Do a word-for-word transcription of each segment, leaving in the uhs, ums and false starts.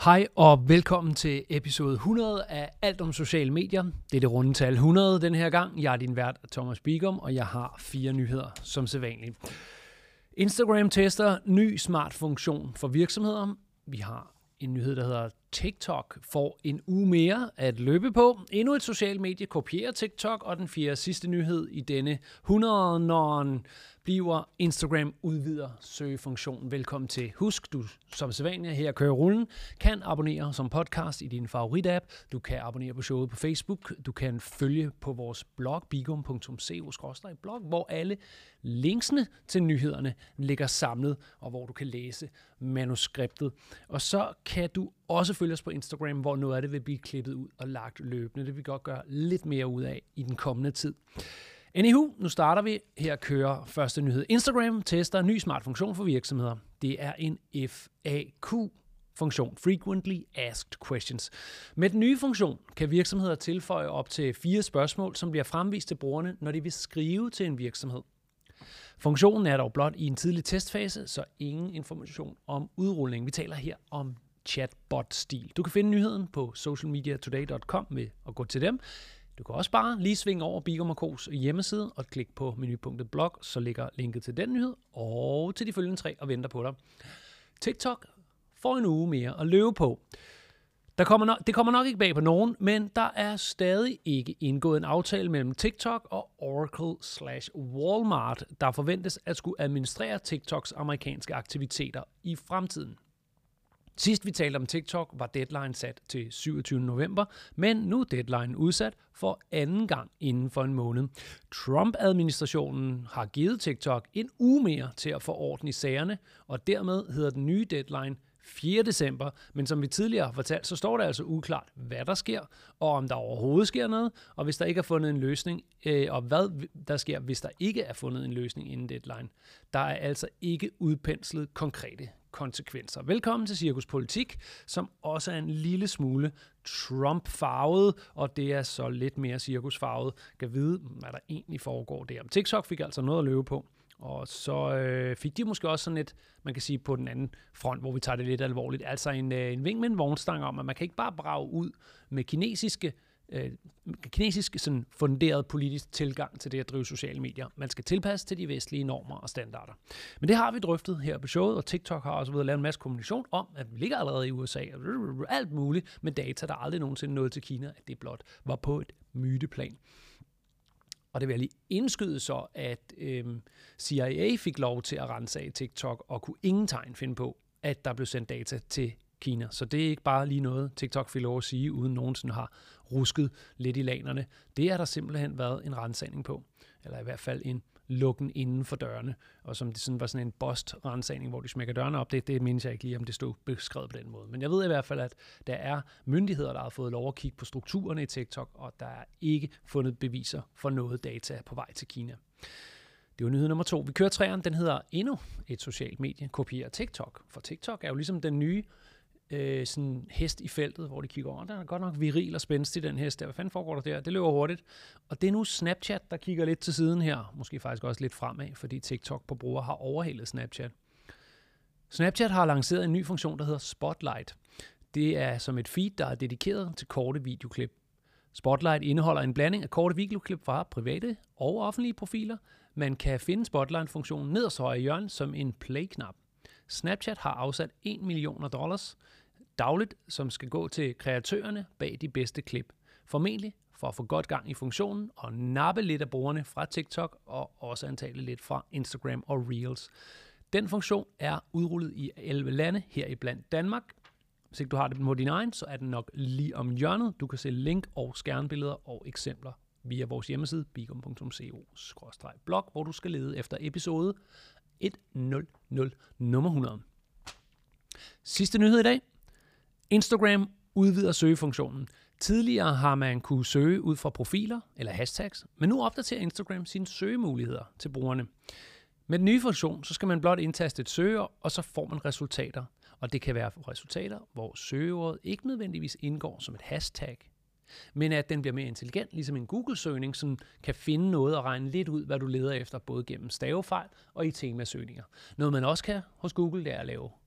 Hej og velkommen til episode hundrede af Alt om sociale medier. Det er det runde tal hundrede den her gang. Jeg er din vært Thomas Bigum, og jeg har fire nyheder som sædvanligt. Instagram tester ny smart funktion for virksomheder. Vi har en nyhed, der hedder TikTok får en uge mere at løbe på. Endnu et socialt medie kopierer TikTok, og den fjerde sidste nyhed i denne hundrede, når bliver Instagram udvider søgefunktionen. Velkommen til. Husk, du som sædvanligt her kører rullen, kan abonnere som podcast i din favorit-app. Du kan abonnere på showet på Facebook. Du kan følge på vores blog, bigum punktum co skråstreg blog, hvor alle linksene til nyhederne ligger samlet, og hvor du kan læse manuskriptet. Og så kan du også følge os på Instagram, hvor noget af det vil blive klippet ud og lagt løbende. Det vil vi godt gøre lidt mere ud af i den kommende tid. Anywho, nu starter vi. Her kører første nyhed. Instagram tester en ny smart funktion for virksomheder. Det er en F A Q-funktion, Frequently Asked Questions. Med den nye funktion kan virksomheder tilføje op til fire spørgsmål, som bliver fremvist til brugerne, når de vil skrive til en virksomhed. Funktionen er dog blot i en tidlig testfase, så ingen information om udrulning. Vi taler her om chatbot-stil. Du kan finde nyheden på social media today punktum com med at gå til dem. Du kan også bare lige svinge over Bigum og Co's hjemmeside og klikke på menupunktet blog, så ligger linket til den nyhed og til de følgende tre og venter på dig. TikTok får en uge mere at løbe på. Der kommer nok, det kommer nok ikke bag på nogen, men der er stadig ikke indgået en aftale mellem TikTok og Oracle slash Walmart, der forventes at skulle administrere TikToks amerikanske aktiviteter i fremtiden. Sidst vi talte om TikTok, var deadline sat til syvogtyvende november, men nu er deadline udsat for anden gang inden for en måned. Trump-administrationen har givet TikTok en uge mere til at få orden i sagerne, og dermed hedder den nye deadline fjerde december, men som vi tidligere har fortalt, så står det altså uklart, hvad der sker, og om der overhovedet sker noget, og hvis der ikke er fundet en løsning, øh, og hvad der sker, hvis der ikke er fundet en løsning inden deadline. Der er altså ikke udpenslet konkrete konsekvenser. Velkommen til Cirkus Politik, som også er en lille smule Trump-farvet, og det er så lidt mere cirkusfarvet. Kan vide, hvad der egentlig foregår der. TikTok fik altså noget at løbe på, og så øh, fik de måske også sådan et, man kan sige på den anden front, hvor vi tager det lidt alvorligt, altså en, øh, en vink med en vognstang om, at man kan ikke bare brage ud med kinesiske øh, kinesisk sådan funderet politisk tilgang til det at drive sociale medier. Man skal tilpasse til de vestlige normer og standarder. Men det har vi drøftet her på showet, og TikTok har også ved at lave en masse kommunikation om, at vi ligger allerede i U S A, og alt muligt med data, der aldrig nogensinde nåede til Kina, at det blot var på et myteplan. Og det vil jeg lige indskyde så, at øhm, C I A fik lov til at ransage TikTok, og kunne ingen tegn finde på, at der blev sendt data til Kina. Så det er ikke bare lige noget, TikTok fik lov at sige, uden nogensinde har rusket lidt i lanerne. Det har der simpelthen været en ransagning på, eller i hvert fald en lukken inden for dørene, og som det sådan var sådan en bust-ransagning, hvor de smækker dørene op. Det, det mindes jeg ikke lige, om det stod beskrevet på den måde. Men jeg ved i hvert fald, at der er myndigheder, der har fået lov at kigge på strukturerne i TikTok, og der er ikke fundet beviser for noget data på vej til Kina. Det var nyhed nummer to. Vi kører træeren, den hedder endnu et socialt medie, kopierer TikTok. For TikTok er jo ligesom den nye øh, sådan hest i feltet, hvor de kigger over. Der er godt nok viril og spændstig, den hest der. Hvad fanden foregår der der? Det løber hurtigt. Og det er nu Snapchat, der kigger lidt til siden her. Måske faktisk også lidt fremad, fordi TikTok på bruger har overhalet Snapchat. Snapchat har lanceret en ny funktion, der hedder Spotlight. Det er som et feed, der er dedikeret til korte videoklip. Spotlight indeholder en blanding af korte videoklip fra private og offentlige profiler. Man kan finde Spotlight-funktionen nederst højre hjørne som en play-knap. Snapchat har afsat en million dollars dagligt, som skal gå til kreatørerne bag de bedste klip. Formentlig for at få godt gang i funktionen og nappe lidt af brugerne fra TikTok og også antallet lidt fra Instagram og Reels. Den funktion er udrullet i elleve lande, heriblandt Danmark. Hvis ikke du har det på din egen, så er den nok lige om hjørnet. Du kan se link og skærmbilleder og eksempler via vores hjemmeside, bigum punktum co skråstreg blog, hvor du skal lede efter episode et nul nul nummer hundrede. Sidste nyhed i dag. Instagram udvider søgefunktionen. Tidligere har man kunne søge ud fra profiler eller hashtags, men nu opdaterer Instagram sine søgemuligheder til brugerne. Med den nye funktion, så skal man blot indtaste et søgeord, og så får man resultater. Og det kan være resultater, hvor søgeordet ikke nødvendigvis indgår som et hashtag, men at den bliver mere intelligent, ligesom en Google-søgning, som kan finde noget og regne lidt ud, hvad du leder efter, både gennem stavefejl og i temasøgninger. Noget man også kan hos Google, det er at lave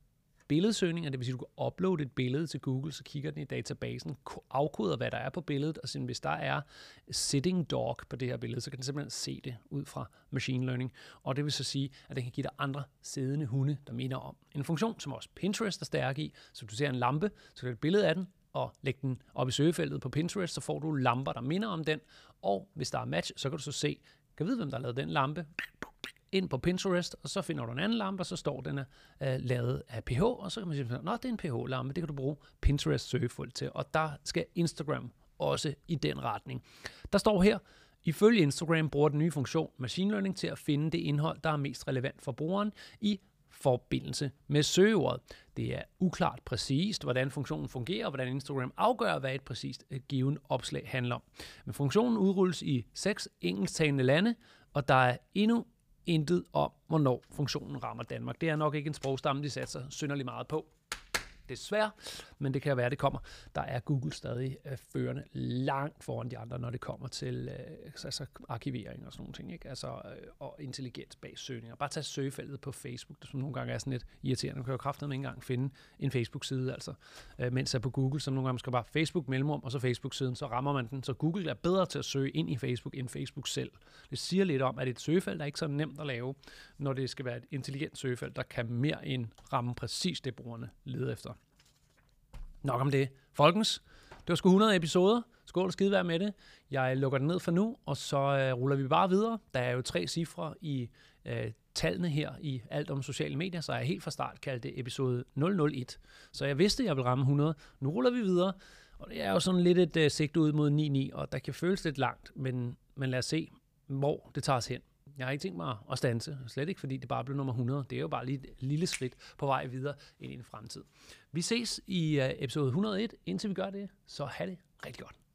billedsøgning, og det vil sige, at du kan uploade et billede til Google, så kigger den i databasen, afkoder, hvad der er på billedet, og hvis der er sitting dog på det her billede, så kan den simpelthen se det ud fra machine learning, og det vil så sige, at den kan give dig andre siddende hunde, der minder om en funktion, som også Pinterest er stærk i, så du ser en lampe, så kan du et billede af den, og lægge den op i søgefeltet på Pinterest, så får du lamper, der minder om den, og hvis der er match, så kan du så se, kan vide, hvem der har lavet den lampe, ind på Pinterest, og så finder du en anden lampe, og så står den er uh, lavet af pH, og så kan man sige, nå, det er en pH-lampe, det kan du bruge Pinterest søgefelt til, og der skal Instagram også i den retning. Der står her, ifølge Instagram bruger den nye funktion Machine Learning til at finde det indhold, der er mest relevant for brugeren i forbindelse med søgeordet. Det er uklart præcist, hvordan funktionen fungerer, og hvordan Instagram afgør, hvad et præcist given opslag handler om. Men funktionen udrulles i seks engelsktalende lande, og der er endnu intet om, hvornår funktionen rammer Danmark. Det er nok ikke en sprogstamme, de satser synderligt meget på. Desværre, men det kan være, det kommer. Der er Google stadig øh, førende langt foran de andre, når det kommer til øh, altså arkivering og sådan nogle ting, ikke? Altså, øh, og intelligens bag søgninger. Bare tag søgefeltet på Facebook, som nogle gange er sådan lidt irriterende. Du kan jo kraftedeme ikke engang finde en Facebook-side, altså. Øh, mens jeg på Google, som nogle gange skal bare Facebook mellemrum, og så Facebook-siden, så rammer man den. Så Google er bedre til at søge ind i Facebook, end Facebook selv. Det siger lidt om, at et søgefelt er ikke så nemt at lave, når det skal være et intelligent søgefelt, der kan mere end ramme præcis det, brugerne leder efter. Nok om det. Folkens, det var sgu hundrede episoder. Skål og skidevær med det. Jeg lukker den ned for nu, og så øh, ruller vi bare videre. Der er jo tre cifre i øh, tallene her i alt om sociale medier, så jeg helt fra start kaldte det episode nul nul et. Så jeg vidste, at jeg ville ramme hundrede. Nu ruller vi videre, og det er jo sådan lidt et øh, sigte ud mod ni ni, og der kan føles lidt langt, men, men lad os se, hvor det tager os hen. Jeg har ikke tænkt mig at standse, slet ikke fordi det bare blev nummer hundrede. Det er jo bare lige et lille skridt på vej videre ind i en fremtid. Vi ses i uh, episode hundrede og et. Indtil vi gør det, så have det rigtig godt.